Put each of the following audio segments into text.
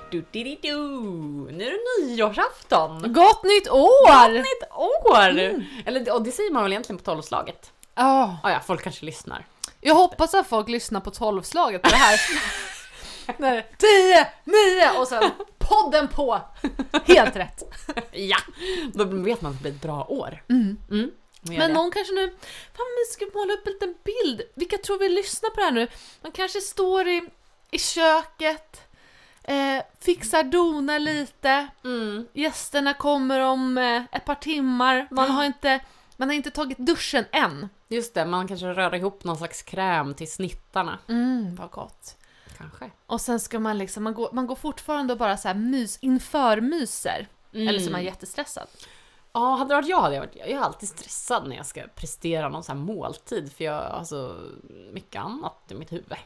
Nu är det nyårsafton. Gott nytt år! Gott nytt år! Eller, och det säger man väl egentligen på 12-slaget. Ja, folk kanske lyssnar. Jag hoppas att folk lyssnar på 12-slaget på det här. 10, 9 och sen podden på. Helt rätt. Ja, då vet man att det blir ett bra år. Men någon kanske nu, fan, vi ska måla upp en liten bild. Vilka tror vi lyssnar på det här nu? Man kanske står i köket, fixar donar lite. Gästerna kommer om ett par timmar. Man har inte tagit duschen än. Just det, man kanske rör ihop någon slags kräm till snittarna. Vad gott. Kanske. Och sen ska man liksom, man går fortfarande och bara så här myser. Eller så är man jättestressad. Ja, hade det varit jag är alltid stressad när jag ska prestera någon sån här måltid. För jag har så mycket annat i mitt huvud.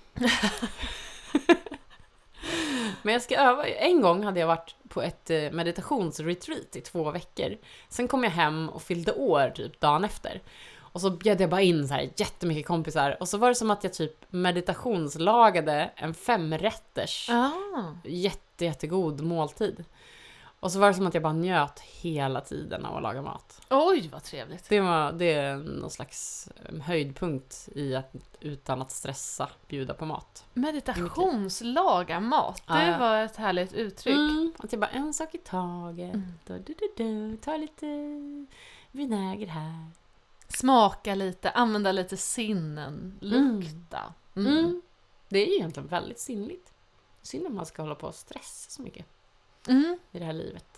Men jag ska öva. En gång hade jag varit på ett meditationsretreat i 2 veckor. Sen kom jag hem och fyllde år typ dagen efter. Och så bjöd jag bara in så här jättemycket kompisar. Och så var det som att jag typ meditationslagade en 5-rätters jättegod måltid. Och så var det som att jag bara njöt hela tiden av att laga mat. Oj, vad trevligt. Det är någon slags höjdpunkt i att utan att stressa bjuda på mat. Meditationslaga mat, det var ett härligt uttryck. Att jag bara en sak i taget. Ta lite vinäger här. Smaka lite, använda lite sinnen, lukta. Det är ju egentligen väldigt sinnligt. Synd om man ska hålla på och stressa så mycket i det här livet.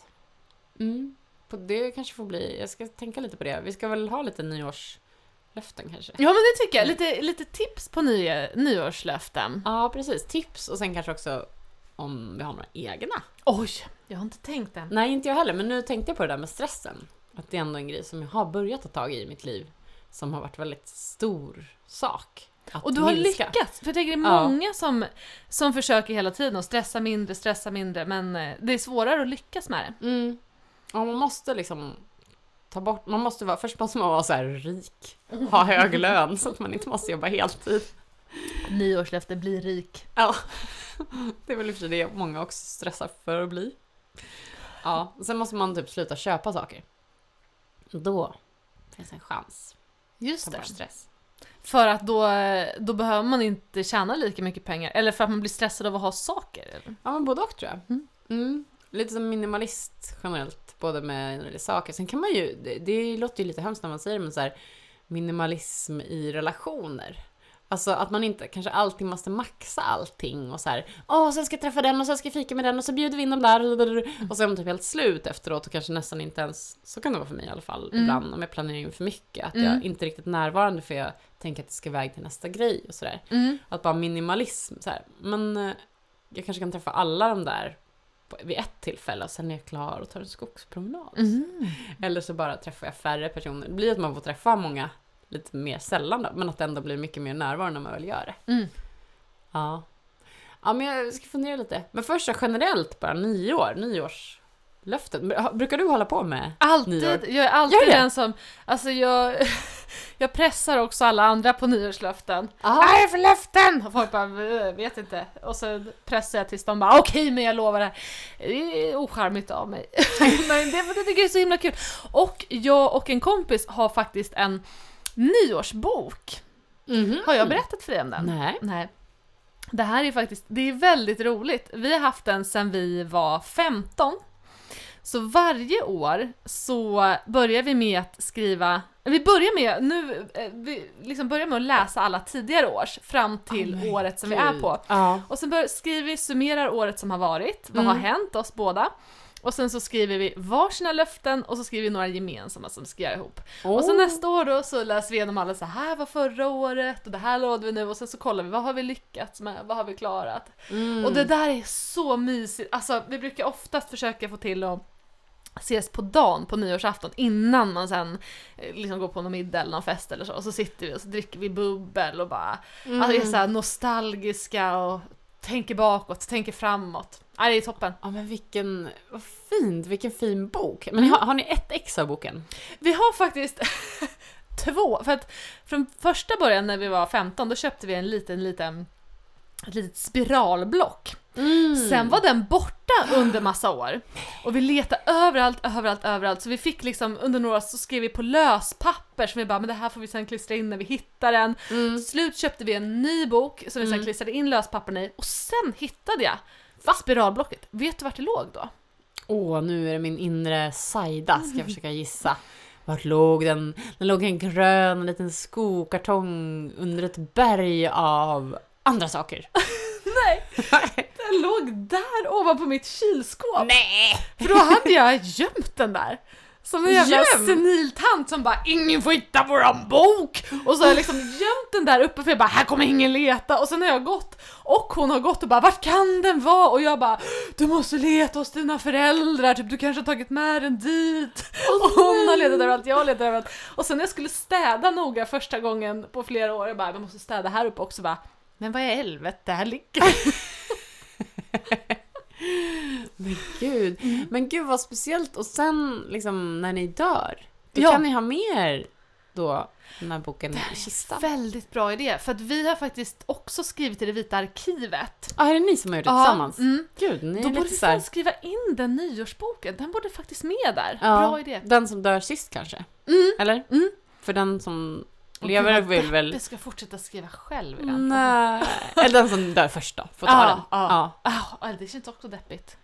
Det kanske får bli, jag ska tänka lite på det. Vi ska väl ha lite nyårslöften kanske. Ja, men det tycker jag. Lite tips på nyårslöften. Ja, precis. Tips och sen kanske också om vi har några egna. Oj, jag har inte tänkt än. Nej, inte jag heller. Men nu tänkte jag på det där med stressen. Att det är ändå en grej som jag har börjat ta tag i mitt liv. Som har varit väldigt stor sak. Och du har lyckats. För jag tänker det är många som försöker hela tiden att stressa mindre. Men det är svårare att lyckas med det. Ja, man måste liksom ta bort. Först måste man vara så här rik. Ha hög lön så att man inte måste jobba heltid. Nyårslöfte, bli rik. Ja, det är väl för det många också stressar för att bli. Ja, sen måste man typ sluta köpa saker. Då finns en chans. Just det. Stress. För att då behöver man inte tjäna lika mycket pengar. Eller för att man blir stressad av att ha saker. Eller? Ja, men både och tror jag. Lite som minimalist generellt. Både med saker. Sen kan man ju, det låter ju lite hemskt när man säger det, men så här, minimalism i relationer. Alltså att man inte kanske alltid måste maxa allting och så här, sen ska jag träffa den och sen ska jag fika med den och så bjuder vi in dem där och så är man typ helt slut efteråt och kanske nästan inte ens, så kan det vara för mig i alla fall ibland om jag planerar in för mycket, att jag inte är riktigt närvarande för jag tänker att det ska iväg till nästa grej och sådär. Att bara minimalism så här, men jag kanske kan träffa alla de där vid ett tillfälle och sen är jag klar och tar en skogspromenad. Eller så bara träffar jag färre personer. Det blir att man får träffa många lite mer sällan då, men att det ändå blir mycket mer närvaro när man väl gör det. Ja, men jag ska fundera lite. Men först så generellt bara nyårslöften. Brukar du hålla på med nyår? Jag är alltid den som, alltså jag pressar också alla andra på nyårslöften. Nej, för löften! Och folk bara, vet inte. Och så pressar jag tills de bara, okej, men jag lovar det här. Det är ocharmigt av mig. Men det tycker jag är så himla kul. Och jag och en kompis har faktiskt en nyårsbok. Har jag berättat för dig om den? Nej. Det här är faktiskt, det är väldigt roligt. Vi har haft den sedan vi var 15. Så varje år så börjar vi med att skriva, vi börjar med att läsa alla tidigare års fram till året som vi är på. Och sen skriver vi, summerar året som har varit, vad har hänt oss båda. Och sen så skriver vi varsina löften och så skriver vi några gemensamma som ska göra ihop. Och så nästa år då så läser vi igenom alla så här var förra året och det här lovade vi nu och sen så kollar vi vad har vi lyckats med, vad har vi klarat. Och det där är så mysigt. Alltså vi brukar oftast försöka få till att ses på dagen på nyårsafton innan man sen liksom går på någon middag eller någon fest eller så. Och så sitter vi och så dricker vi bubbel och bara alltså, är så här nostalgiska och tänker bakåt, tänker framåt. Det är toppen. Ja, men vad fint, vilken fin bok. Men har ni ett ex av boken? Vi har faktiskt 2. För att från första början när vi var 15 då köpte vi ett litet spiralblock. Sen var den borta under massa år. Och vi letade överallt. Så vi fick liksom, under några år så skrev vi på löspapper som vi bara, men det här får vi sen klistra in när vi hittar den. Till slut köpte vi en ny bok som vi sen klistrade in löspapperna i. Och sen hittade jag spiralblocket. Vet du vart det låg då? Nu är det min inre Saida, ska jag försöka gissa. Vart låg den? Den låg i en grön liten skokartong under ett berg av andra saker. Nej, den låg där ovanpå mitt kylskåp. Nej! För då hade jag gömt den där. Som en jävla seniltant som bara, ingen får hitta våran bok. Och så har jag liksom gömt den där uppe för jag bara, här kommer ingen leta. Och sen har jag gått och hon har gått och bara, vart kan den vara? Och jag bara, du måste leta hos dina föräldrar. Typ, du kanske har tagit med den dit. Och hon har letat överallt, jag har letat överallt. Och sen när jag skulle städa noga första gången på flera år, jag bara, jag måste städa här uppe också. Bara, men vad är helvete, här ligger Men gud vad speciellt. Och sen liksom när ni dör, då kan ni ha mer då den här boken i kistan. Väldigt bra idé, för att vi har faktiskt också skrivit i det vita arkivet. Är det ni som har gjort det tillsammans? Gud, ni då är borde lite vi skriva in den nyårsboken. Den borde faktiskt med där. Bra idé. Den som dör sist kanske? Eller? För den som lever vill väl... Jag ska fortsätta skriva själv i den. Nej. Eller den som dör först då. Får ta den. Det känns också deppigt.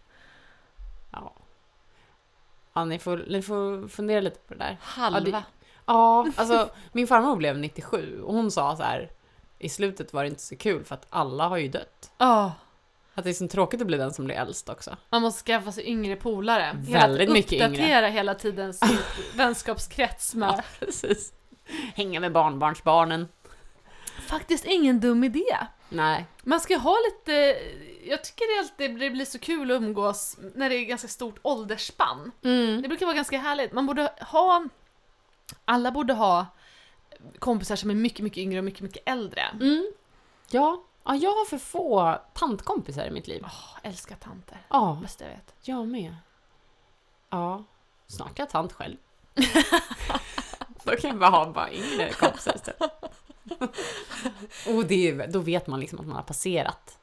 Ja, ni får fundera lite på det där. Halva. Alltså min farmor blev 97 och hon sa så här, i slutet var det inte så kul för att alla har ju dött. Att det är så tråkigt att bli den som blir äldst också. Man måste skaffa sig yngre polare. Väldigt mycket yngre. Uppdatera hela tiden sin vänskapskrets med. Ja, precis. Hänga med barnbarnsbarnen. Faktiskt ingen dum idé. Nej. Man ska ha lite... Jag tycker alltid det blir så kul att umgås när det är ganska stort åldersspann. Det brukar vara ganska härligt. Alla borde ha kompisar som är mycket, mycket yngre och mycket, mycket äldre. Ja, jag har för få tantkompisar i mitt liv. Älskar tanter. Bäst jag vet. Jag med. Ja, snart är jag tant själv. Då kan jag bara yngre kompisar istället. Och då vet man liksom att man har passerat.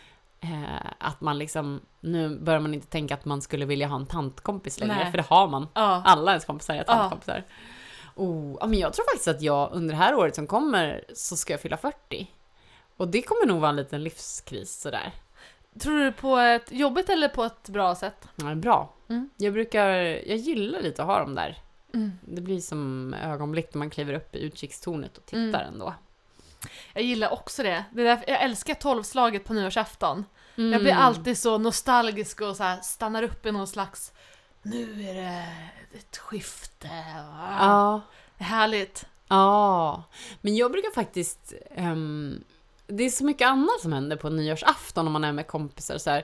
Att man liksom, nu börjar man inte tänka att man skulle vilja ha en tantkompis längre. Nej. För det har man. Alla ens kompisar är tantkompisar. Men jag tror faktiskt att jag under det här året som kommer så ska jag fylla 40. Och det kommer nog vara en liten livskris sådär. Tror du på ett jobbigt eller på ett bra sätt? Ja, bra. Jag gillar lite att ha dem där. Det blir som ögonblick när man kliver upp i utkikstornet och tittar ändå. Jag gillar också det. Det är därför jag älskar 12-slaget på nyårsafton. Jag blir alltid så nostalgisk och så här stannar upp i någon slags, nu är det ett skifte. Det är härligt. Men jag brukar faktiskt det är så mycket annat som händer på nyårsafton om man är med kompisar så här.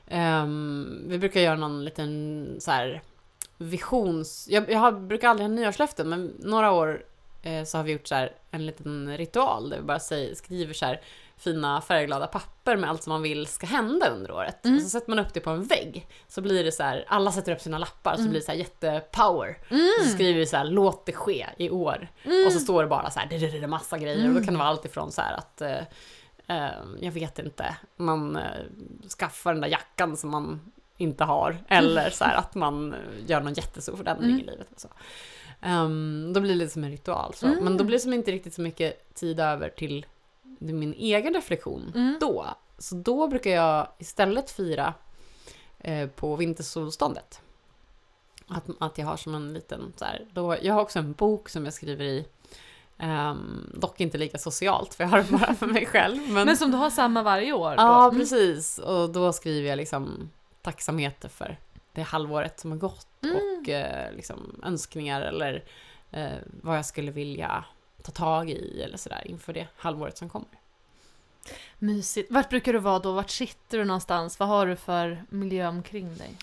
Vi brukar göra någon liten så här visions... Jag brukar aldrig ha nyårslöften, men några år så har vi gjort så här en liten ritual där vi bara skriver så här fina färgglada papper med allt som man vill ska hända under året. Och så sätter man upp det på en vägg. Så blir det så här, alla sätter upp sina lappar så blir det så här jättepower. Så skriver vi så här, låt det ske i år. Och så står det bara så här, det är massa grejer. Och då kan det vara allt ifrån så här att jag vet inte, man skaffar den där jackan som man inte har. Eller så här att man gör någon jättestor förändring i livet. Så. Då blir det lite som en ritual. Så. Men då blir det som inte riktigt så mycket tid över till min egen reflektion då. Så då brukar jag istället fira på vintersolståndet. Att jag har som en liten så här, då, jag har också en bok som jag skriver i. Dock inte lika socialt, för jag har det bara för mig själv. Men som du har samma varje år? Ja, precis. Och då skriver jag liksom tacksamheter för det halvåret som har gått. Och liksom önskningar eller vad jag skulle vilja ta tag i eller sådär inför det halvåret som kommer. Mysigt. Vart brukar du vara då? Vart sitter du någonstans? Vad har du för miljö omkring dig?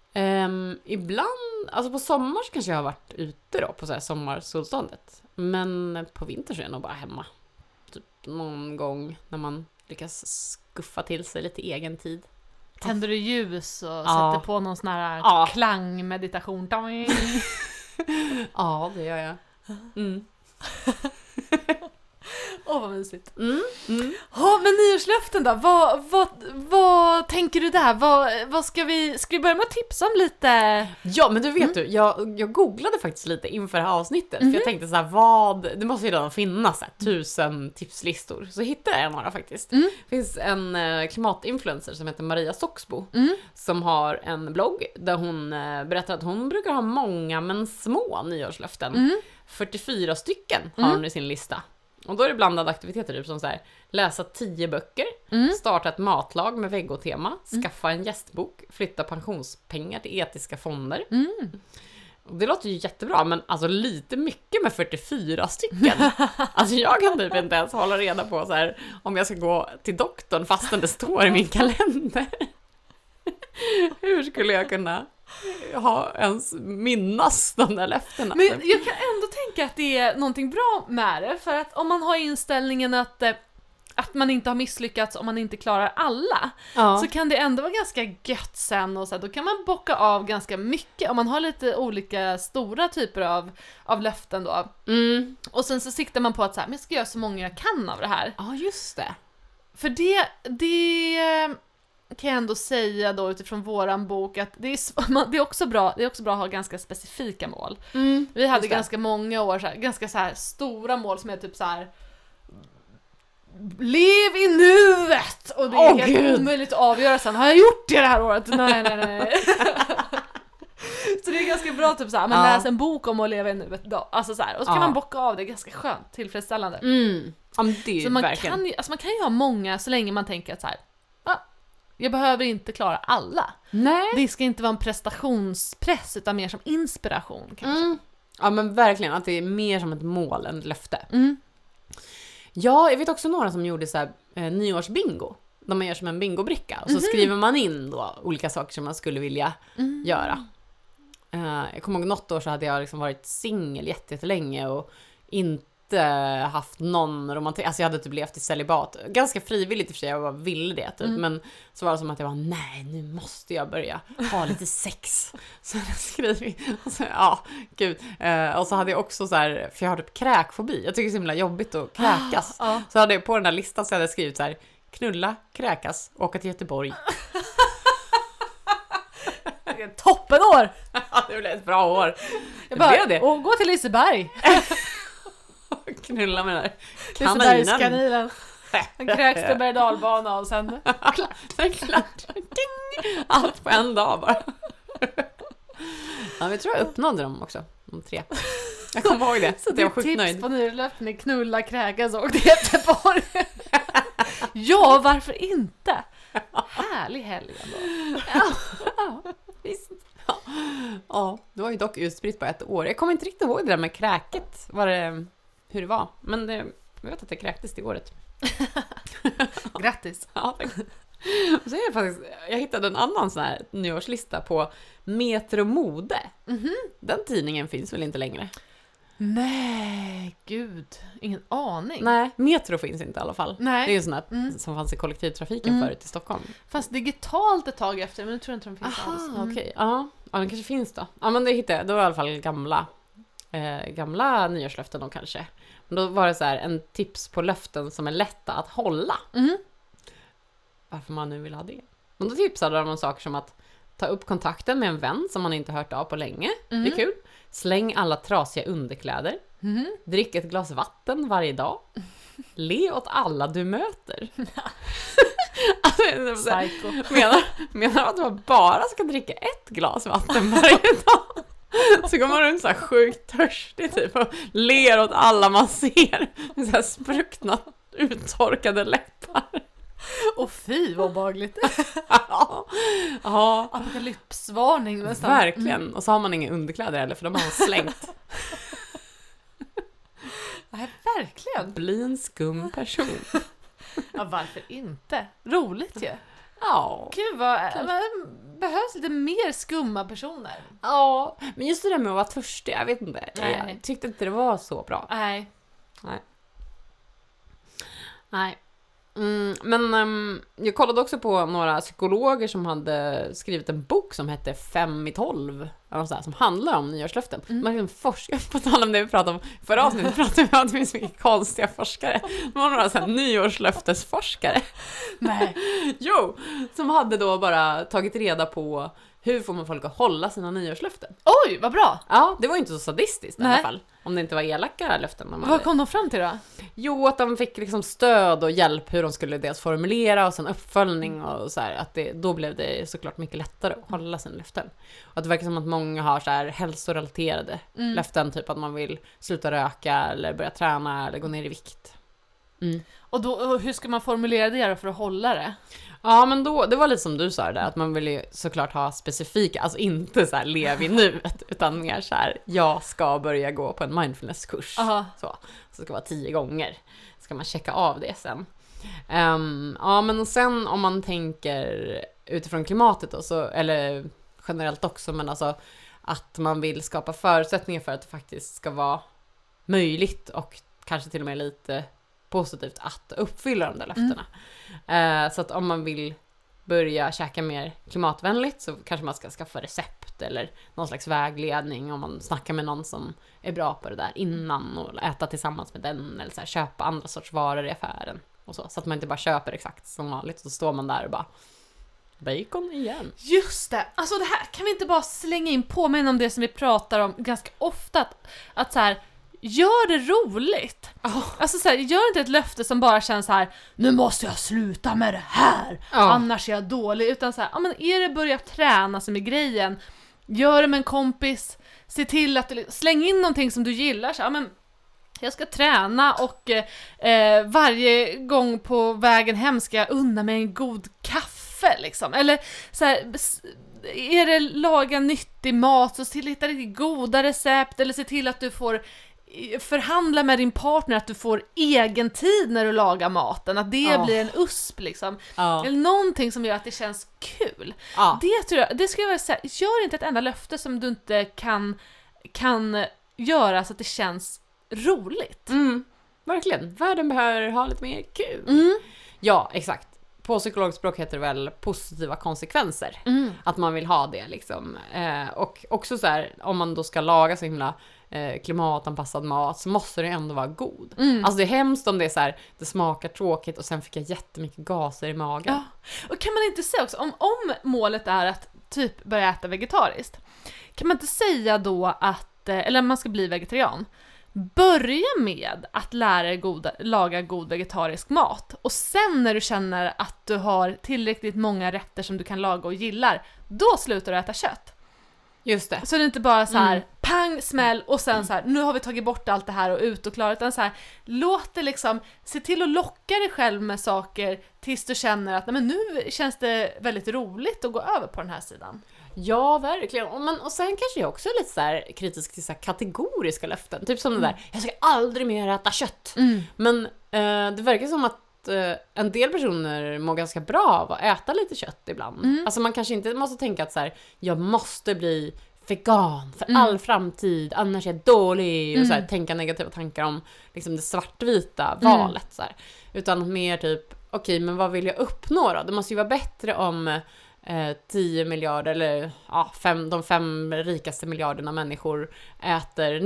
Ibland, alltså på sommar så kanske jag har varit ute då på så här sommarsolståndet. Men på vinter så är jag nog bara hemma. Typ någon gång när man lyckas skuffa till sig lite egen tid. Tänder du ljus och sätter på någon sån här klangmeditation? Ja, det gör jag. Vad mysigt. Ja, men nyårslöften då? Vad tänker du där? Vad ska vi börja med att tipsa om lite? Ja, men du vet du, jag googlade faktiskt lite inför det här avsnittet. För jag tänkte så här, det måste ju redan finnas 1000 tipslistor. Så hittade jag några faktiskt. Det finns en klimatinfluencer som heter Maria Stocksbo. Som har en blogg där hon berättar att hon brukar ha många men små nyårslöften. 44 stycken har hon i sin lista. Och då är det blandade aktiviteter typ som så här, läsa 10 böcker, starta ett matlag med vegotema, skaffa en gästbok, flytta pensionspengar till etiska fonder. Och det låter ju jättebra, men alltså lite mycket med 44 stycken. Alltså jag kan typ inte ens hålla reda på så här, om jag ska gå till doktorn fastän det står i min kalender. Hur skulle jag kunna ens minnas de där löftena? Men jag kan ändå tänka att det är någonting bra med det, för att om man har inställningen att man inte har misslyckats om man inte klarar alla, så kan det ändå vara ganska gött sen, och så här, då kan man bocka av ganska mycket om man har lite olika stora typer av löften då. Och sen så siktar man på att så här, men jag ska göra så många jag kan av det här. Ja, just det. För det kan jag ändå säga då utifrån våran bok att det är också bra att ha ganska specifika mål. Vi hade ganska många år så här, ganska så här stora mål som är typ så här: lev i nuet! Och det är helt omöjligt att avgöra sen. Har jag gjort det här året? Nej. Så det är ganska bra typ så här, men läs en bok om att leva i nuet då. Alltså så här, och så kan man bocka av det ganska skönt, tillfredsställande. Ja, men det är så man kan ju ha många så länge man tänker att så här, jag behöver inte klara alla. Nej. Det ska inte vara en prestationspress utan mer som inspiration kanske. Ja, men verkligen att det är mer som ett mål än ett löfte. Ja, jag vet också några som gjorde så här nyårsbingo. De man gör som en bingobricka och så skriver man in då olika saker som man skulle vilja göra. Jag kommer ihåg något år så hade jag liksom varit singel jättelänge och inte haft någon romantik. Alltså jag hade typ levt i celibat. Ganska frivilligt i och för sig, jag bara ville det typ. Men så var det som att jag var, nej, nu måste jag börja ha lite sex. Så jag skrev och så, gud. Och så hade jag också så här, för jag har typ kräkfobi. Jag tycker det är så himla jobbigt att kräkas. Så hade jag på den där listan så hade jag skrivit så här: knulla, kräkas, åka till Göteborg. Toppenår! Ja, det blev ett bra år. Och gå till Liseberg. Knulla med den där Lisebergskaninen. En kräks till berg-dalbana och sen klart. Allt på en dag bara. Ja, vi tror jag uppnådde dem också. De 3. Jag kommer ihåg det. Så det var sjukt nöjd. Tips på nyårslöften är knulla, kräkas och åka till Göteborg. Ja, varför inte? Härlig helg ändå. Ja, visst. Ja, det var ju dock utspritt på ett år. Jag kommer inte riktigt ihåg det där med kräket. Hur det var. Men jag vet att det kräktes det året. Grattis. Ja, tack. Och så är jag hittade en annan sån här nyårslista på Metro Mode. Den tidningen finns väl inte längre? Nej, gud. Ingen aning. Nej, Metro finns inte i alla fall. Nej. Det är ju sån här som fanns i kollektivtrafiken förut i Stockholm. Fast digitalt ett tag efter, men nu tror jag inte de finns alls. Okej. Ja, den kanske finns då. Ja, men det hittade jag. Det var i alla fall gamla nyårslöften då kanske. Men då var det så här en tips på löften som är lätta att hålla. Varför man nu vill ha det. Men då tipsade de om saker som att ta upp kontakten med en vän som man inte hört av på länge. Det är kul. Släng alla trasiga underkläder. Drick ett glas vatten varje dag. Le åt alla du möter. Psycho. Menar att man bara ska dricka ett glas vatten varje dag? Så går man runt så här sjukt törstig typ och ler åt alla man ser med så här spruckna, uttorkade läppar. Och fy, vad obehagligt. Ja. Apokalypsvarning nästan. Verkligen. Och så har man inga underkläder heller, för de har man slängt. Nej, verkligen. Bli en skum person. Ja, varför inte? Roligt ju. Ja. Gud, behövs lite mer skumma personer. Ja, men just det där med att vara törstig, jag vet inte. Jag tyckte inte det var så bra. Nej. Men jag kollade också på några psykologer som hade skrivit en bok som hette 5 i 12 som handlar om nyårslöften. Man kan forska, på tal om det vi pratade om förra avsnittet, pratade vi om att det finns mycket konstiga forskare. Det var några nyårslöftesforskare. Nej. Jo, som hade då bara tagit reda på hur får man folk att hålla sina nyårslöften. Oj, vad bra! Ja, det var ju inte så sadistiskt i alla fall. Om det inte var elaka löften. Vad kom de fram till då? Jo, att de fick liksom stöd och hjälp hur de skulle dels formulera och sen uppföljning och så här, att då blev det såklart mycket lättare att hålla sina löften. Och att det verkar som att många har så här hälsorelaterade löften, typ att man vill sluta röka eller börja träna eller gå ner i vikt. Och hur ska man formulera det för att hålla det? Ja, men det var lite som du sa där, att man vill ju såklart ha specifika, alltså inte så här lev i nuet, utan mer så här, jag ska börja gå på en mindfulnesskurs. Så ska det vara 10 gånger. Ska man checka av det sen. Ja, men sen om man tänker utifrån klimatet då, så, eller generellt också, men alltså att man vill skapa förutsättningar för att det faktiskt ska vara möjligt och kanske till och med lite positivt att uppfylla de där löftena. Så att om man vill börja käka mer klimatvänligt så kanske man ska skaffa recept eller någon slags vägledning om man snackar med någon som är bra på det där innan och äta tillsammans med den eller så här, köpa andra sorts varor i affären och så att man inte bara köper exakt som vanligt, så står man där och bara bacon igen. Just det, alltså det här kan vi inte bara slänga in påminna om det som vi pratar om ganska ofta, att så här, gör det roligt. Alltså så här, gör inte ett löfte som bara känns så här: nu måste jag sluta med det här, annars är jag dålig. Utan så här, ja, men är det börja träna som är grejen, gör det med en kompis, se till att släng in någonting som du gillar. Så, ja, men jag ska träna och varje gång på vägen hem ska jag unna mig en god kaffe liksom. Eller så här, är det laga nyttig mat, så till hitta lite goda recept, eller se till att du får förhandla med din partner att du får egen tid när du lagar maten, att det blir en USP liksom. Eller någonting som gör att det känns kul. Det tror jag, det ska jag säga, gör inte ett enda löfte som du inte kan göra så att det känns roligt. Verkligen, världen behöver ha lite mer kul. Ja, exakt. På psykologspråk heter det väl positiva konsekvenser. Att man vill ha det liksom. Och också så här, om man då ska laga så himla klimatanpassad mat, så måste det ändå vara god. Alltså det är hemskt om det är så här, det smakar tråkigt och sen fick jag jättemycket gaser i magen. Ja. Och kan man inte säga också, om målet är att typ börja äta vegetariskt, kan man inte säga då att, eller man ska bli vegetarian, börja med att lära dig laga god vegetarisk mat, och sen när du känner att du har tillräckligt många rätter som du kan laga och gillar, då slutar du äta kött. Just det. Så det är inte bara så här pang, smäll och sen så här, nu har vi tagit bort allt det här och ut och klart, utan så här, låt det liksom, se till att locka dig själv med saker tills du känner att nej, men nu känns det väldigt roligt att gå över på den här sidan. Ja, verkligen. Och sen kanske jag också är lite så här kritisk till så här kategoriska löften. Typ som det där, jag ska aldrig mer äta kött. Men det verkar som att en del personer mår ganska bra av att äta lite kött ibland. Alltså man kanske inte måste tänka att så här, jag måste bli vegan för all framtid, annars är jag dålig, och så här, tänka negativa tankar om liksom det svartvita valet. Så här. Utan mer typ, okej, men vad vill jag uppnå då? Det måste ju vara bättre om 10 miljarder eller de 5 rikaste miljarderna människor äter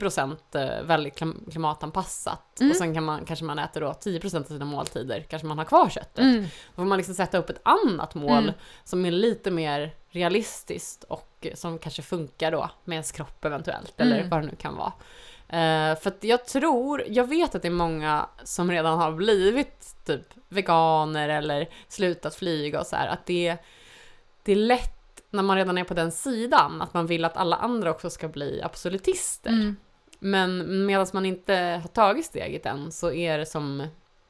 90% väldigt klimatanpassat, och sen kanske man äter då 10% av sina måltider, kanske man har kvar köttet. Då får man liksom sätta upp ett annat mål som är lite mer realistiskt och som kanske funkar då med ens kropp eventuellt, eller vad det nu kan vara. För att jag vet att det är många som redan har blivit typ veganer eller slutat flyga och så här, att det är lätt när man redan är på den sidan att man vill att alla andra också ska bli absolutister. Men medan man inte har tagit steget än, så är det som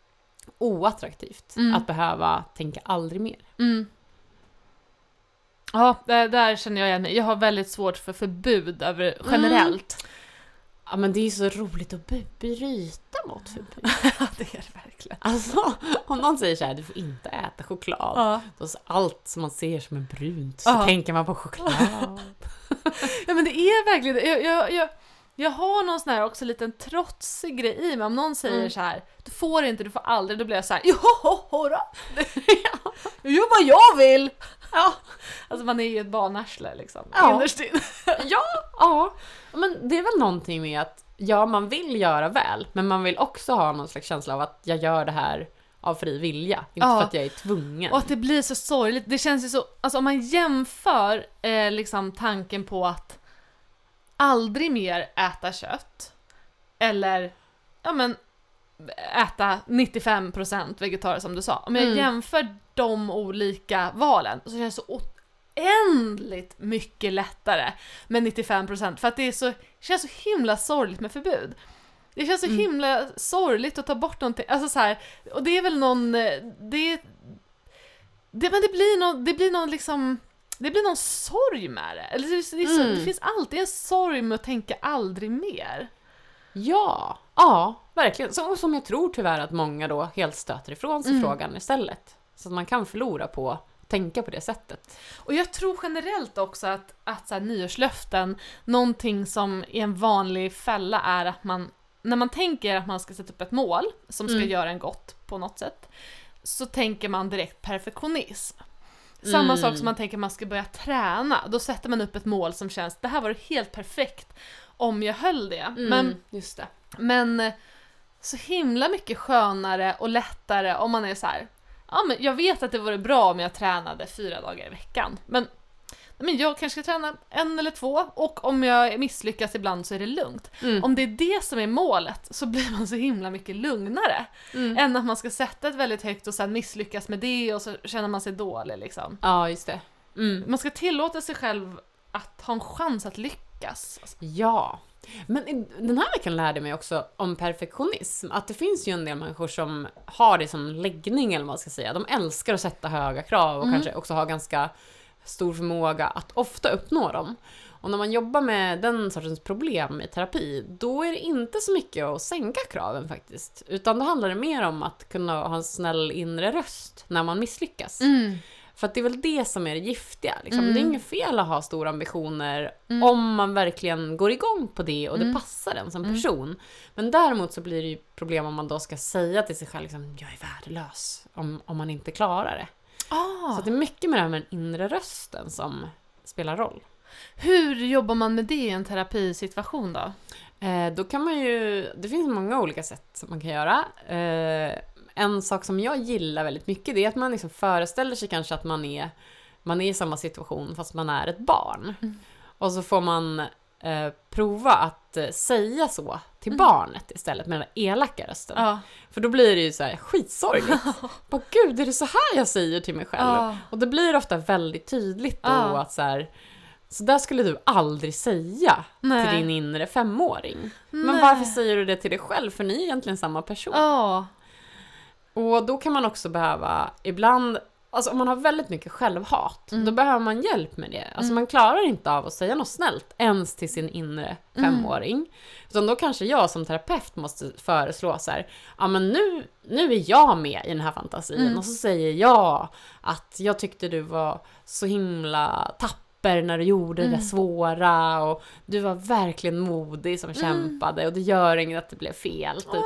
oattraktivt att behöva tänka aldrig mer. Ja, där känner jag igen. Jag har väldigt svårt för förbud över generellt. Ja, men det är så roligt att bryta mot förbud. Ja, det är det verkligen. Alltså, om någon säger så här, du får inte äta choklad. Då är allt som man ser som är brunt, så tänker man på choklad. Ja, men det är verkligen, Jag har någon sån här också liten trotsig grej i mig. Om någon säger så här, du får inte, du får aldrig, då blir jag så här, joho då. Jag gör vad jag vill. Ja. Alltså man är ju ett barnarsle liksom. Innerst in. Ja. Men det är väl någonting med att man vill göra väl, men man vill också ha någon slags känsla av att jag gör det här av fri vilja, inte för att jag är tvungen. Och att det blir så sorgligt. Det känns ju så, alltså om man jämför liksom tanken på att aldrig mer äta kött eller äta 95% vegetariskt som du sa. Om jag jämför de olika valen så känns det så oändligt mycket lättare med 95%, för att det känns så himla sorgligt med förbud. Det känns så himla sorgligt att ta bort någonting. Alltså så här, och det är väl någon det blir någon liksom, det blir någon sorg med det. Eller det finns alltid en sorg med att tänka aldrig mer. Ja, verkligen. Som jag tror tyvärr att många då helt stöter ifrån sig frågan istället. Så att man kan förlora på att tänka på det sättet. Och jag tror generellt också att så här, nyårslöften, någonting som är en vanlig fälla är att man, när man tänker att man ska sätta upp ett mål som ska göra en gott på något sätt, så tänker man direkt perfektionism. Samma sak som man tänker att man ska börja träna. Då sätter man upp ett mål som känns, det här var helt perfekt om jag höll det. Just det. Men så himla mycket skönare och lättare om man är så här, men jag vet att det vore bra om jag tränade 4 dagar i veckan. Men jag kanske ska träna 1 eller 2, och om jag misslyckas ibland så är det lugnt. Om det är det som är målet så blir man så himla mycket lugnare än att man ska sätta ett väldigt högt och sen misslyckas med det och så känner man sig dålig liksom. Ja, just det. Man ska tillåta sig själv att ha en chans att lyckas. Ja. Men den här veckan lärde mig också om perfektionism. Att det finns ju en del människor som har det som läggning, eller vad man ska säga. De älskar att sätta höga krav och kanske också har ganska stor förmåga att ofta uppnå dem. Och när man jobbar med den sortens problem i terapi, då är det inte så mycket att sänka kraven faktiskt. Utan då handlar det mer om att kunna ha en snäll inre röst när man misslyckas. För att det är väl det som är det giftiga. Liksom. Det är inget fel att ha stora ambitioner om man verkligen går igång på det och det passar en som person. Men däremot så blir det ju problem om man då ska säga till sig själv liksom, jag är värdelös om man inte klarar det. Så det är mycket med det här med den inre rösten som spelar roll. Hur jobbar man med det i en terapisituation då? Då kan man ju, det finns många olika sätt som man kan göra. En sak som jag gillar väldigt mycket, det är att man liksom föreställer sig kanske att man är i samma situation fast man är ett barn. Och så får man prova att säga så till barnet istället med den elaka rösten. För då blir det ju så här skitsorgligt. Bara, gud, är det så här jag säger till mig själv? Och det blir ofta väldigt tydligt då att så där skulle du aldrig säga till din inre 5-åring. Men varför säger du det till dig själv? För ni är egentligen samma person. Och då kan man också behöva ibland, alltså om man har väldigt mycket självhat, då behöver man hjälp med det. Alltså man klarar inte av att säga något snällt ens till sin inre 5-åring. Utan då kanske jag som terapeut måste föreslå så här, ja men nu är jag med i den här fantasin och så säger jag att jag tyckte du var så himla när du gjorde det svåra och du var verkligen modig som kämpade och det gör inget att det blev fel. Typ.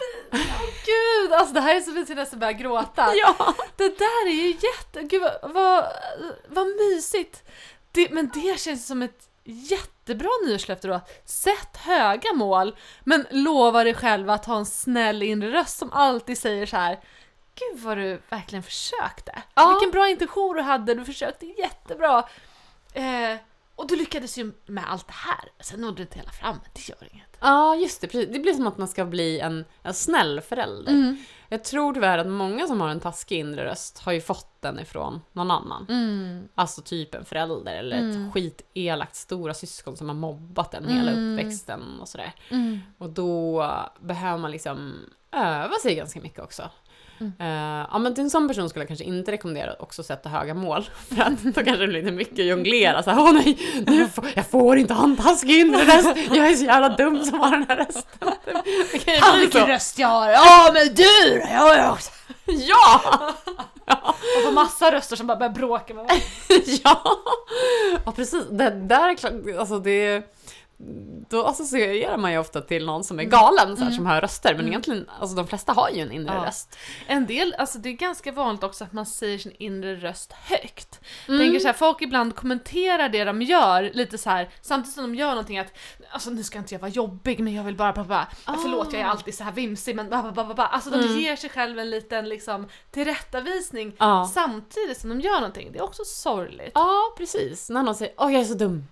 Gud, alltså det här är så fint att jag nästan börjar gråta. Det där är ju gud, vad mysigt. Men det känns som ett jättebra nyårslöfte då. Sätt höga mål, men lova dig själv att ha en snäll inre röst som alltid säger så här: gud vad du verkligen försökte. Vilken bra intention du hade, du försökte jättebra. Och du lyckades ju med allt det här. Sen nådde du inte hela fram, det gör inget. Ja, just det. Precis. Det blir som att man ska bli en snäll förälder. Jag tror tyvärr att många som har en taskig inre röst har ju fått den ifrån någon annan. Alltså typ en förälder eller ett skitelakt stora syskon som har mobbat en hela uppväxten och sådär. Och då behöver man liksom öva sig ganska mycket också. Ja, men till en sån person skulle jag kanske inte rekommendera att också sätta höga mål, för att då kanske det blir lite mycket jonglera så här, nej, jag får inte ha en taskig inre röst, jag är så jävla dum som har den här rösten. Vilken röst jag har, ja men du, jag är också. Ja! Och får massa röster som bara börjar bråka med ja, precis, det där är klart, alltså då associerar man ju ofta till någon som är galen, så här, som hör röster. Men egentligen, alltså de flesta har ju en inre röst. En del, alltså det är ganska vanligt också att man säger sin inre röst högt. Tänker så här, folk ibland kommenterar det de gör lite så här, samtidigt som de gör någonting att, alltså nu ska inte jag vara jobbig, men jag vill bara förlåt, jag är alltid så här vimsig, men alltså de ger sig själv en liten liksom tillrättavisning samtidigt som de gör någonting. Det är också sorgligt. Ja, precis. När någon säger, jag är så dum.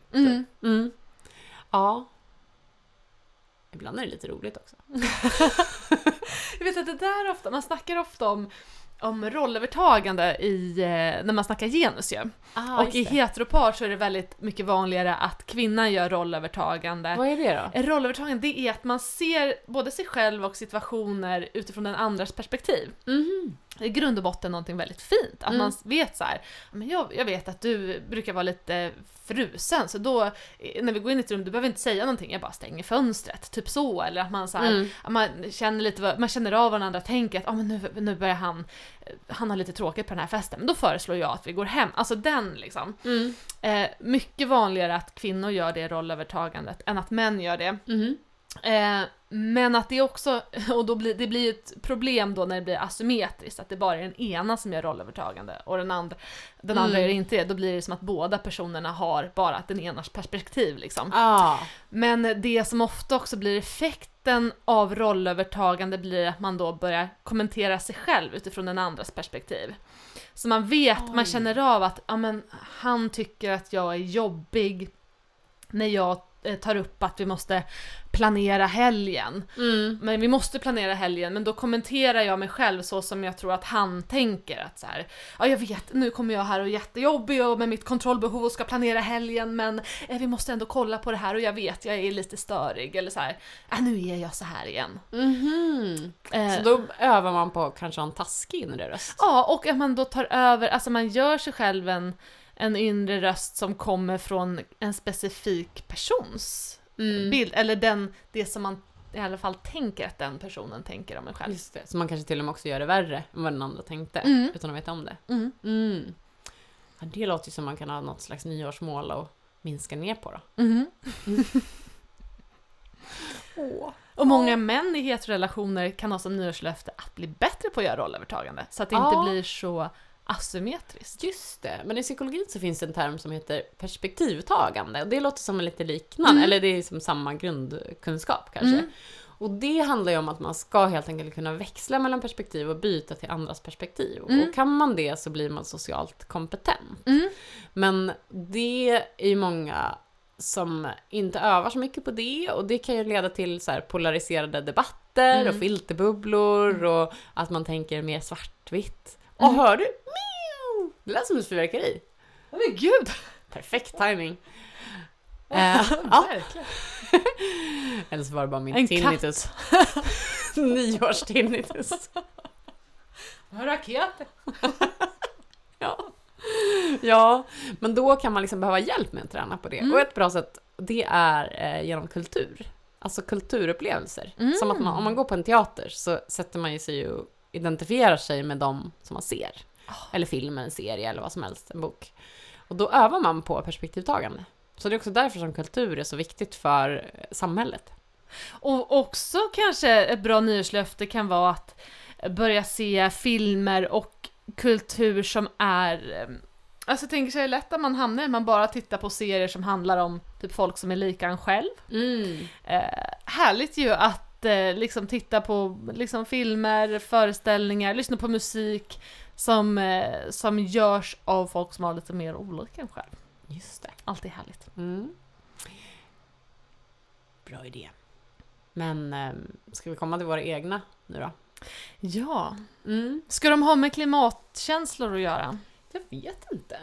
Ja. Ibland är det lite roligt också. Jag vet att det där ofta, man snackar ofta om rollövertagande när man snackar genus ju. Och i heteropar så är det väldigt mycket vanligare att kvinnan gör rollövertagande. Vad är det då? Rollövertagande, det är att man ser både sig själv och situationer utifrån den andras perspektiv. I grund och botten någonting väldigt fint. Att man vet så här, men jag vet att du brukar vara lite frusen, så då när vi går in i ett rum, du behöver inte säga någonting, jag bara stänger fönstret, typ så, eller att man så här, att man känner lite, man känner av vad den andra tänker, att men nu börjar han har lite tråkigt på den här festen, men då föreslår jag att vi går hem, alltså den liksom. Mycket vanligare att kvinnor gör det rollövertagandet än att män gör det. Men att det också, och då det blir ett problem då när det blir asymmetriskt, att det bara är den ena som gör rollövertagande och den andra gör inte det. Då blir det som att båda personerna har bara den enas perspektiv liksom. Men det som ofta också blir effekten av rollövertagande blir att man då börjar kommentera sig själv utifrån den andras perspektiv. Så man vet, man känner av att han tycker att jag är jobbig när jag tar upp att vi måste planera helgen. Men vi måste planera helgen, men då kommenterar jag mig själv så som jag tror att han tänker, att så här, jag vet, nu kommer jag här och är jättejobbig och med mitt kontrollbehov och ska planera helgen, men vi måste ändå kolla på det här och jag vet, jag är lite störig, eller så här, nu är jag så här igen. Så då övar man på kanske en taskig inre röst. Ja, och att man då tar över, alltså man gör sig själv en inre röst som kommer från en specifik persons bild, eller det som man i alla fall tänker att den personen tänker om en själv. Just det, så man kanske till och med också gör det värre än vad den andra tänkte, utan att veta om det. Ja, det låter ju som man kan ha något slags nyårsmål och minska ner på då. Och många män i heterorelationer kan ha som nyårslöfte att bli bättre på att göra rollövertagande, så att det inte blir så asymmetriskt. Just det, men i psykologin så finns det en term som heter perspektivtagande, och det låter som en lite liknande, eller det är som samma grundkunskap kanske. Och det handlar ju om att man ska helt enkelt kunna växla mellan perspektiv och byta till andras perspektiv. Och kan man det så blir man socialt kompetent. Men det är ju många som inte övar så mycket på det, och det kan ju leda till så här polariserade debatter och filterbubblor och att man tänker mer svartvitt. Och hör du? Miau! Det lät som ett fyrverkeri. Men gud! Perfekt timing. Verkligen. Eller så var det bara min tinnitus. Nyårstinnitus. Raketer. Ja, men då kan man liksom behöva hjälp med att träna på det. Och ett bra sätt, det är genom kultur. Alltså kulturupplevelser. Som att om man går på en teater så sätter man ju sig och identifierar sig med dem som man ser. Eller film, en serie eller vad som helst, en bok. Och då övar man på perspektivtagande. Så det är också därför som kultur är så viktigt för samhället. Och också kanske ett bra nyårslöfte kan vara att börja se filmer och kultur som är... Alltså jag tänker sig det är lätt att man hamnar när man bara tittar på serier som handlar om typ folk som är lika en själv. Härligt ju att liksom titta på liksom filmer, föreställningar, lyssna på musik som görs av folk som har lite mer olika än själv. Just det. Allt är härligt. Bra idé. Men ska vi komma till våra egna nu då? Ja. Ska de ha med klimatkänslor att göra? Jag vet inte.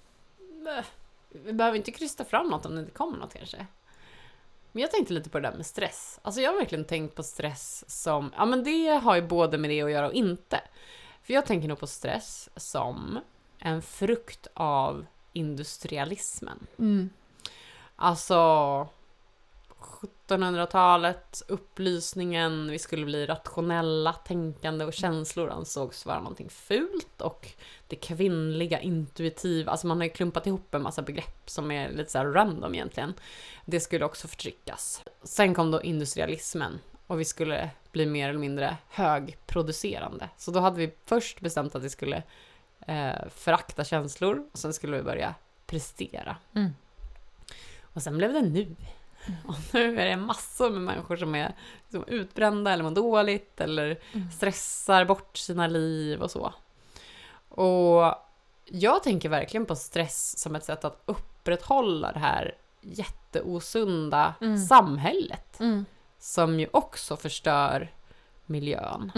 Vi behöver inte krysta fram något om det inte kommer något kanske. Men jag tänkte lite på det där med stress. Alltså jag har verkligen tänkt på stress som... Ja, men det har ju både med det att göra och inte. För jag tänker nog på stress som en frukt av industrialismen. Alltså 1700-talet, upplysningen, vi skulle bli rationella, tänkande och känslor ansågs vara någonting fult, och det kvinnliga, intuitiva, alltså man har ju klumpat ihop en massa begrepp som är lite så här random egentligen. Det skulle också förtryckas. Sen kom då industrialismen och vi skulle bli mer eller mindre högproducerande. Så då hade vi först bestämt att vi skulle förakta känslor och sen skulle vi börja prestera. Och sen blev det nu. Och nu är det massor med människor som är liksom utbrända eller mår dåligt eller stressar bort sina liv och så. Och jag tänker verkligen på stress som ett sätt att upprätthålla det här jätteosunda samhället som ju också förstör miljön.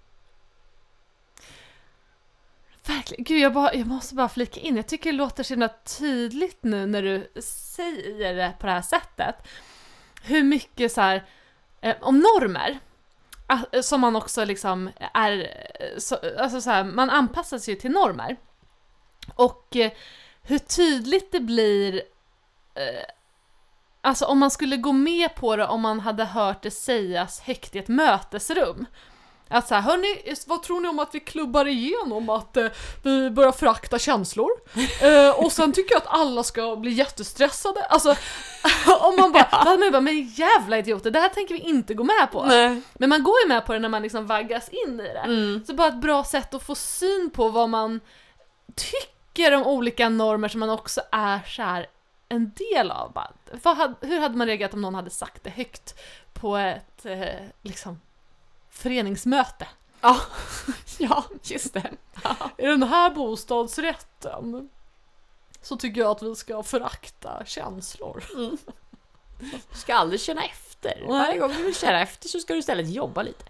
Verkligen. Gud, jag måste bara flika in. Jag tycker det låter så himla tydligt nu när du säger det på det här sättet. Hur mycket så här, om normer som man också liksom är alltså så här, man anpassar sig till normer. Och hur tydligt det blir alltså om man skulle gå med på det om man hade hört det sägas högt i ett mötesrum. Att så här, hörni, vad tror ni om att vi klubbar igenom att vi börjar förakta känslor? Och sen tycker jag att alla ska bli jättestressade. Alltså, om man bara, men jävla idioter, det här tänker vi inte gå med på. Nej. Men man går ju med på det när man liksom vaggas in i det. Så bara ett bra sätt att få syn på vad man tycker om olika normer som man också är så här en del av. Bara, hur hade man reagerat om någon hade sagt det högt på ett liksom föreningsmöte? Ja, just det. I den här bostadsrätten så tycker jag att vi ska förakta känslor. Du ska aldrig känna efter. Varje gång du vill känna efter så ska du istället jobba lite.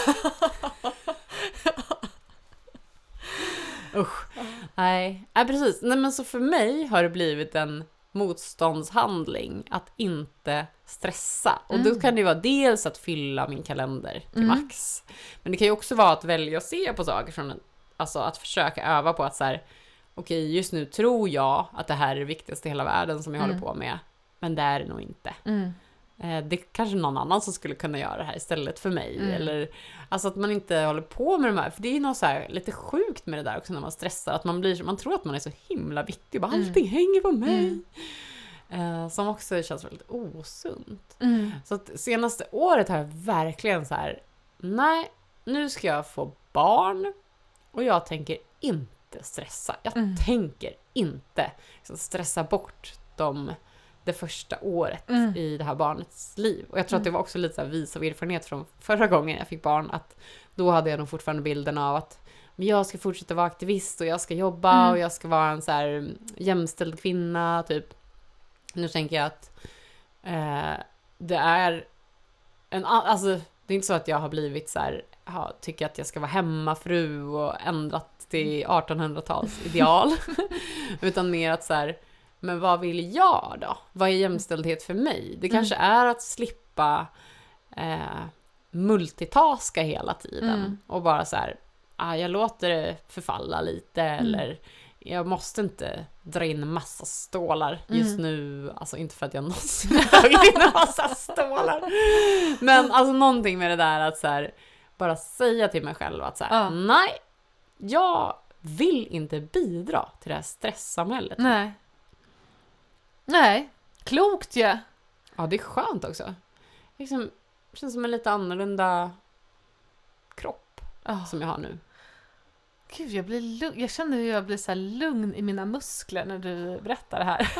Usch. Nej, precis. Nej, men så för mig har det blivit en motståndshandling att inte stressa. Och då kan det vara dels att fylla min kalender till max. Men det kan ju också vara att välja att se på saker från alltså att försöka öva på att så här, okej, just nu tror jag att det här är det viktigaste i hela världen som jag håller på med. Men det är det nog inte. Det är kanske någon annan som skulle kunna göra det här istället för mig. Eller, alltså att man inte håller på med de här. För det är något så här lite sjukt med det där också när man stressar. Att man tror att man är så himla viktig. Bara, allting hänger på mig. Som också känns väldigt osunt. Så att senaste året har jag verkligen så här, nej, nu ska jag få barn. Och jag tänker inte stressa. Jag tänker inte liksom stressa bort det första året i det här barnets liv. Och jag tror att det var också lite så här vis av erfarenhet från förra gången jag fick barn, att då hade jag nog fortfarande bilden av att men jag ska fortsätta vara aktivist och jag ska jobba och jag ska vara en så här jämställd kvinna typ. Nu tänker jag att det är alltså det är inte så att jag har blivit så här, tycker att jag ska vara hemmafru och ändrat till 1800-tals ideal utan mer att så här, men vad vill jag då? Vad är jämställdhet för mig? Det kanske är att slippa multitaska hela tiden. Och bara så här, jag låter det förfalla lite. Eller jag måste inte dra in massa stålar just nu. Alltså inte för att jag någonsin har tagit in en massa stålar. Men alltså någonting med det där att så här, bara säga till mig själv att så här, nej, jag vill inte bidra till det här stresssamhället. Nej, klokt ju. Ja, det är skönt också. Liksom, det känns som en lite annorlunda kropp som jag har nu. Gud, jag känner hur jag blir så här lugn i mina muskler när du berättar det här.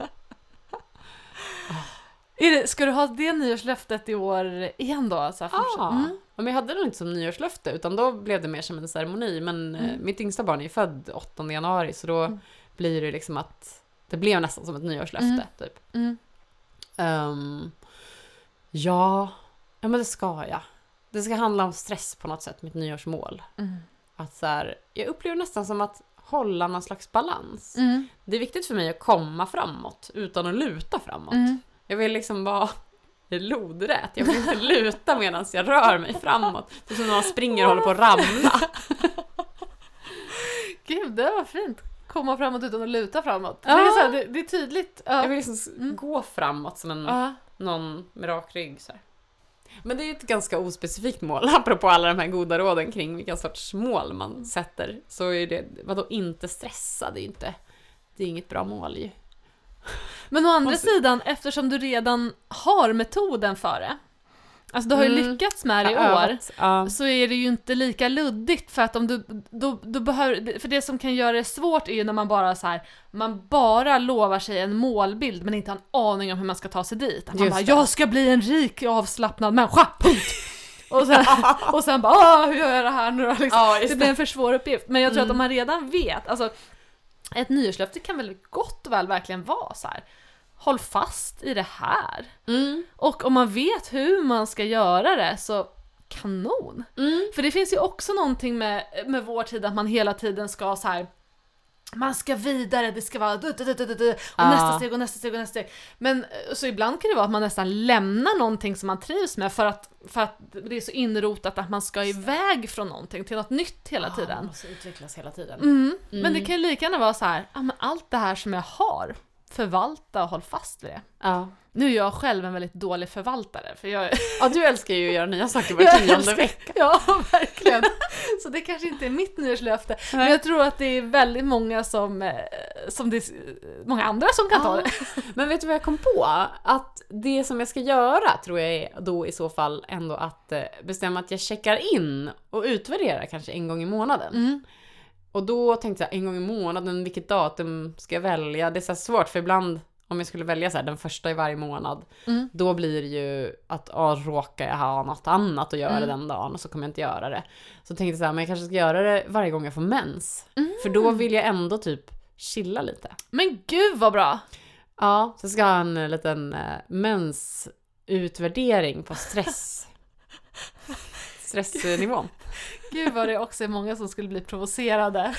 Ska du ha det nyårslöftet i år igen då? Så här, men jag hade det inte som nyårslöfte, utan då blev det mer som en ceremoni. Men mitt yngsta barn är född 8 januari, så då blir det liksom att det blev nästan som ett nyårslöfte, typ. Ja, men det ska jag. Det ska handla om stress på något sätt, mitt nyårsmål. Att så här, jag upplever nästan som att hålla någon slags balans. Det är viktigt för mig att komma framåt utan att luta framåt. Jag vill liksom vara lodrätt. Jag vill inte luta medan jag rör mig framåt. Det är som när man springer och håller på att ramla. Gud, det var fint. Komma framåt utan att luta framåt. Det är tydligt. Jag vill liksom gå framåt som en någon med rak rygg så här. Men det är ett ganska ospecifikt mål, apropå alla de här goda råden kring vilka sorts mål man sätter. Så är det, vadå inte stressa, det är inget bra mål ju. Men å andra sidan, eftersom du redan har metoden för det, alltså du har ju lyckats med det i år, så är det ju inte lika luddigt, för att om du behöver, för det som kan göra det svårt är ju när man bara så här, man bara lovar sig en målbild men inte har en aning om hur man ska ta sig dit. Att man bara, jag ska bli en rik och avslappnad människa, punkt! och sen bara, hur gör jag det här nu då? Liksom. Det blir en för svår uppgift. Men jag tror att om man redan vet, alltså ett nyårslöfte kan väl gott och väl verkligen vara så här: håll fast i det här. Och om man vet hur man ska göra det, så kanon. För det finns ju också någonting med vår tid, att man hela tiden ska så här, man ska vidare, det ska vara och nästa steg och nästa steg och nästa steg. Men så ibland kan det vara att man nästan lämnar någonting som man trivs med för att det är så inrotat att man ska iväg från någonting till något nytt hela tiden. Man måste utvecklas hela tiden. Men det kan ju lika gärna vara så här, men allt det här som jag har, förvalta och håll fast vid det. Ja. Nu är jag själv en väldigt dålig förvaltare, för jag... Ja, du älskar ju att göra nya saker var 10:e vecka. Ja, verkligen. Så det kanske inte är mitt nyårslöfte. Men jag tror att det är väldigt många många andra som kan ta det. Men vet du vad jag kom på? Att det som jag ska göra, tror jag är då i så fall ändå att bestämma att jag checkar in och utvärderar kanske en gång i månaden. Och då tänkte jag, en gång i månaden, vilket datum ska jag välja? Det är så svårt, för ibland om jag skulle välja så här, den första i varje månad, då blir det ju att råkar jag ha något annat att göra den dagen, och så kommer jag inte göra det. Så tänkte jag så här, men jag kanske ska göra det varje gång jag får mens. För då vill jag ändå typ chilla lite. Men gud vad bra! Ja, så ska jag ha en liten mensutvärdering på stressnivån. Gud vad det också är många som skulle bli provocerade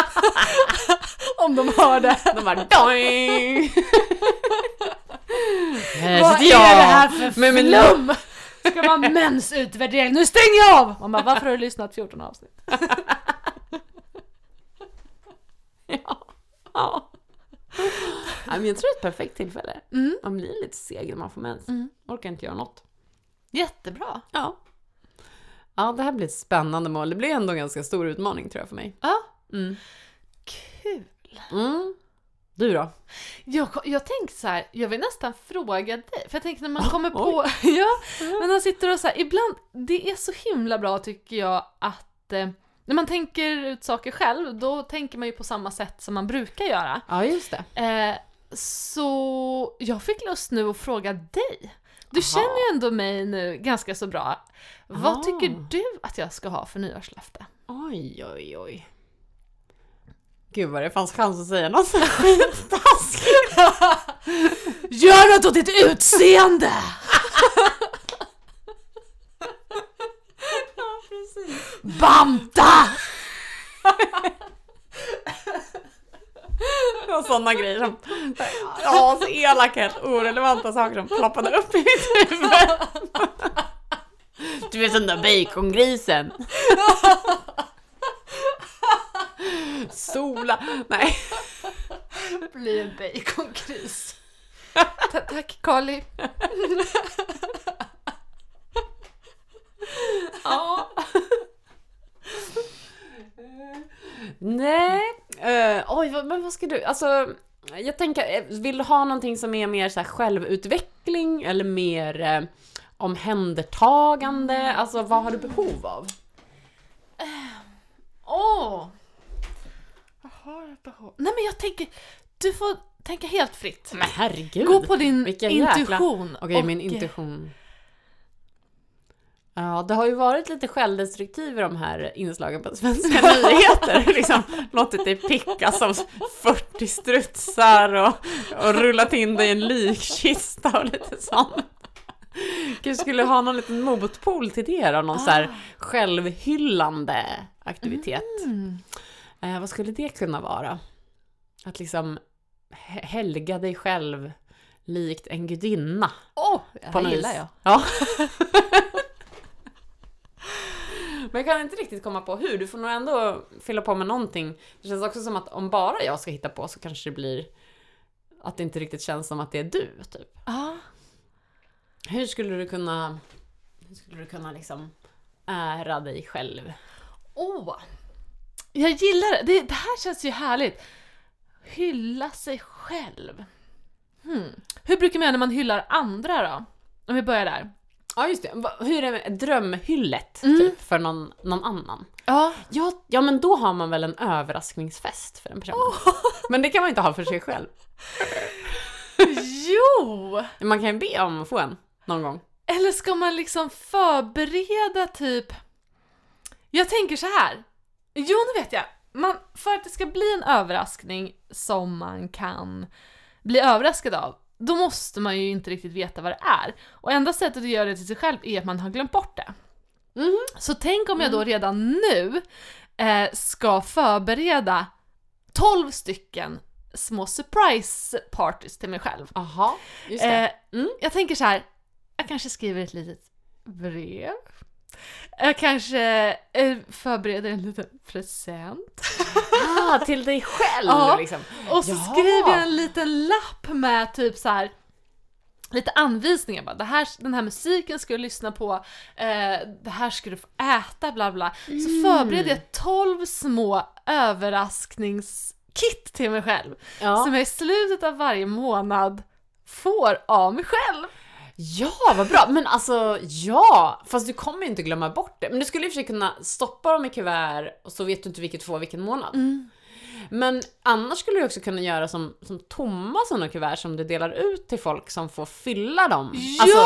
om de hör det. De bara doing! Vad är det här för flum? Ska vara mensutvärdering? Nu stänger jag av! Man bara, varför har du lyssnat 14 avsnitt? Ja. Men jag tror det är ett perfekt tillfälle. Man blir lite seg när man får mens. Orkar inte göra något. Jättebra. Ja, det här blir ett spännande mål. Det blir ändå en ganska stor utmaning, tror jag, för mig. Ja. Kul. Du då? Jag tänkte så här, jag vill nästan fråga dig. För jag tänkte när man kommer på... men man sitter och så här, ibland, det är så himla bra tycker jag att... när man tänker ut saker själv, då tänker man ju på samma sätt som man brukar göra. Ja, just det. Så jag fick lust nu att fråga dig. Du känner ju ändå mig nu ganska så bra. Vad tycker du att jag ska ha för nyårslöfte? Oj. Gud vad det fanns chans att säga något skittaskigt. Gör något åt ditt utseende! Ja, precis. Banta! Och sådana grejer som så elaka, helt orelevanta saker som ploppade upp i mitt huvud. Du vet den där bacongrisen. Sola. Nej. Blir en bacongris. Tack Carly. Ja. Nej. Men vad ska du... Alltså, jag tänker, vill du ha någonting som är mer så här självutveckling eller mer omhändertagande? Alltså, vad har du behov av? Vad har jag behov? Nej, men jag tänker, du får tänka helt fritt. Men herregud. Gå på din vilken intuition. Okej, min intuition. Ja, det har ju varit lite självdestruktiv i de här inslagen på Svenska nyheter. Liksom låtit dig pickas av 40 strutsar och rullat in dig i en likkista och lite sånt. Kanske skulle ha någon liten motpol till det då, någon så här självhyllande aktivitet. Vad skulle det kunna vara? Att liksom helga dig själv likt en gudinna. Det gillar jag. Ja. Men jag kan inte riktigt komma på hur. Du får nog ändå fylla på med någonting. Det känns också som att om bara jag ska hitta på så kanske det blir att det inte riktigt känns som att det är du, typ. Hur skulle du kunna liksom ära dig själv? Jag gillar det. Det här känns ju härligt. Hylla sig själv. Hur brukar man göra när man hyllar andra då? Om vi börjar där. Ja, just det. Hur är det med drömhyllet typ, för någon annan? Ja, men då har man väl en överraskningsfest för en person. Men det kan man inte ha för sig själv. Jo! Man kan ju be om att få en någon gång. Eller ska man liksom förbereda typ... Jag tänker så här. Jo, nu vet jag. För att det ska bli en överraskning som man kan bli överraskad av, då måste man ju inte riktigt veta vad det är. Och enda sättet att göra det till sig själv är att man har glömt bort det. Så tänk om jag då redan nu ska förbereda 12 stycken små surprise parties till mig själv. Aha, just det. Jag tänker så här, jag kanske skriver ett litet brev. Jag kanske förbereder en liten present. Till dig själv liksom. Och så skriver jag en liten lapp med typ så här lite anvisningar bara. Den här musiken ska du lyssna på. Det här ska du få äta, bla bla. Så förbereder jag 12 små överraskningskit till mig själv. Som jag i slutet av varje månad får av mig själv. Ja, vad bra. Men alltså, ja. Fast du kommer ju inte glömma bort det. Men du skulle ju försöka kunna stoppa dem i kuvert och så vet du inte vilket får vilken månad. Men annars skulle du också kunna göra som tomma sådana kuvert som du delar ut till folk som får fylla dem. Ja! Alltså,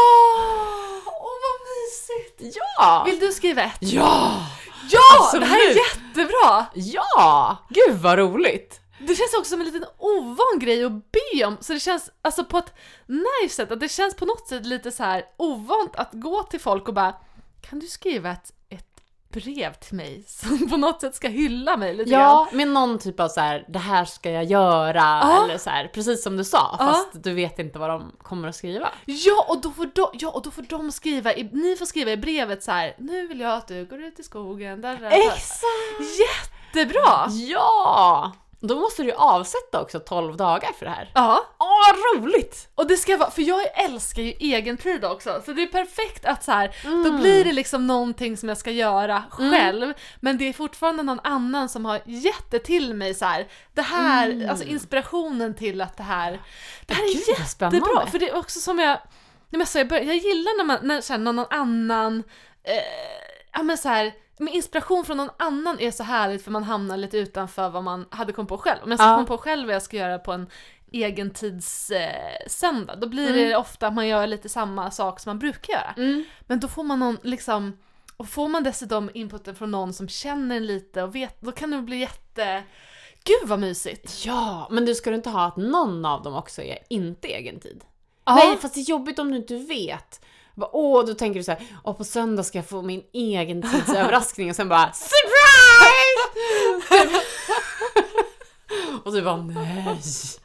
vad mysigt! Ja! Vill du skriva ett? Ja! Absolut. Det här är jättebra! Ja! Gud vad roligt! Det känns också som en liten ovan grej att be om. Så det känns alltså på ett nice sätt. Att det känns på något sätt lite så här ovant att gå till folk och bara, kan du skriva ett brev till mig som på något sätt ska hylla mig lite grann? Med någon typ av så här, det här ska jag göra. Eller så här, precis som du sa. Fast du vet inte vad de kommer att skriva. Ja, och då får de skriva ni får skriva i brevet så här, nu vill jag att du går ut i skogen. Exakt! Jättebra! Ja! Då måste du ju avsätta också 12 dagar för det här. Ja. Vad roligt! Och det ska vara, för jag älskar ju egen tid också. Så det är perfekt att så här, då blir det liksom någonting som jag ska göra själv. Men det är fortfarande någon annan som har gett det till mig så här. Det här, alltså inspirationen till att det här är jättebra. För det är också som jag gillar när någon annan men så här, med inspiration från någon annan är så härligt, för man hamnar lite utanför vad man hade kommit på själv. Om jag ska komma på själv vad jag ska göra på en egentidssöndag, då blir det ofta att man gör lite samma sak som man brukar göra. Men då får man någon liksom, och får man dessutom inputen från någon som känner en lite och vet, då kan det bli gud vad mysigt. Ja, men du ska inte ha att någon av dem också är inte egentid. Nej, fast det är jobbigt om du inte vet. Då tänker du så här, på söndag ska jag få min egen tidsöverraskning och sen bara surprise! Och så bara nej.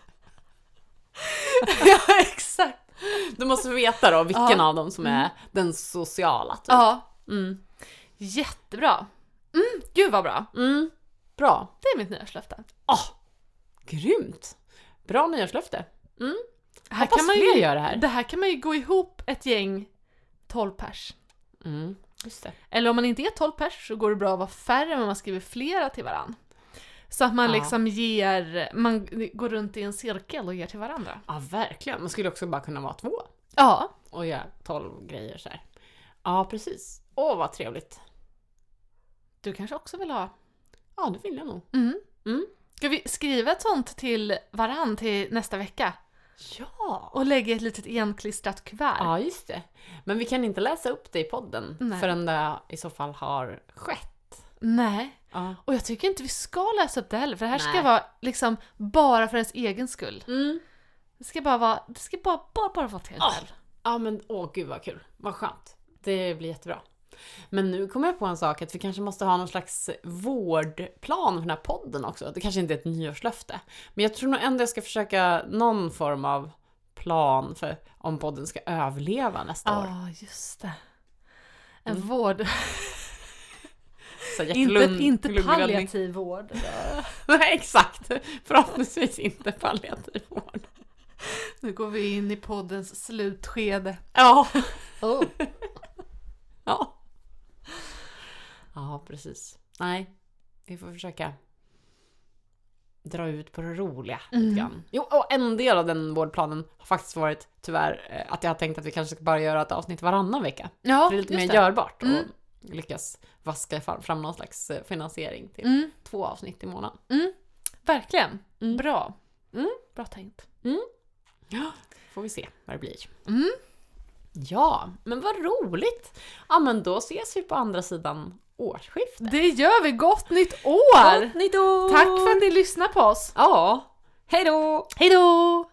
Ja, exakt. Du måste veta då vilken av dem som är den sociala typ. Jättebra. Gud vad bra. Bra. Det är mitt nyårslöfte. Grymt. Bra nyårslöfte. Här kan man ju göra det här. Det här kan man ju gå ihop ett gäng 12 pers. Just det. Eller om man inte är 12 pers så går det bra att vara färre, men man skriver flera till varann. Så att man liksom man går runt i en cirkel och ger till varandra. Ja, verkligen. Man skulle också bara kunna vara 2. Ja. Och göra 12 grejer så här. Ja, precis. Vad trevligt. Du kanske också vill ha? Ja, det vill jag nog. Ska vi skriva ett sånt till varann till nästa vecka? Ja. Och lägga ett litet enklistrat kuvert. Ja, just det. Men vi kan inte läsa upp det i podden förrän det i så fall har skett. Nej. Ja. Och jag tycker inte vi ska läsa upp det heller. För det här ska vara liksom bara för ens egen skull. Det ska bara vara till en själv. Ja, men gud vad kul. Vad skönt. Det blir jättebra. Men nu kommer jag på en sak, att vi kanske måste ha någon slags vårdplan för den här podden också. Det kanske inte är ett nyårslöfte. Men jag tror nog ändå jag ska försöka någon form av plan för om podden ska överleva nästa år. Ja, just det. En vård. Så inte palliativ vård. Nej, exakt. Förhoppningsvis inte palliativ vård. Nu går vi in i poddens slutskede. Ja. Oh. Ja. Ja, precis. Nej, vi får försöka dra ut på det roliga lite grann. Jo, och en del av den vårdplanen har faktiskt varit tyvärr att jag har tänkt att vi kanske ska bara göra ett avsnitt varannan vecka. Ja, det är lite mer görbart och lyckas vaska fram någon slags finansiering till 2 avsnitt i månaden. Verkligen. Bra. Bra tänkt. Ja, får vi se vad det blir. Ja, men vad roligt. Ja, men då ses vi på andra sidan årsskiftet. Det gör vi. Gott nytt år! Gott nytt år! Tack för att ni lyssnar på oss. Ja, hej då! Hej då!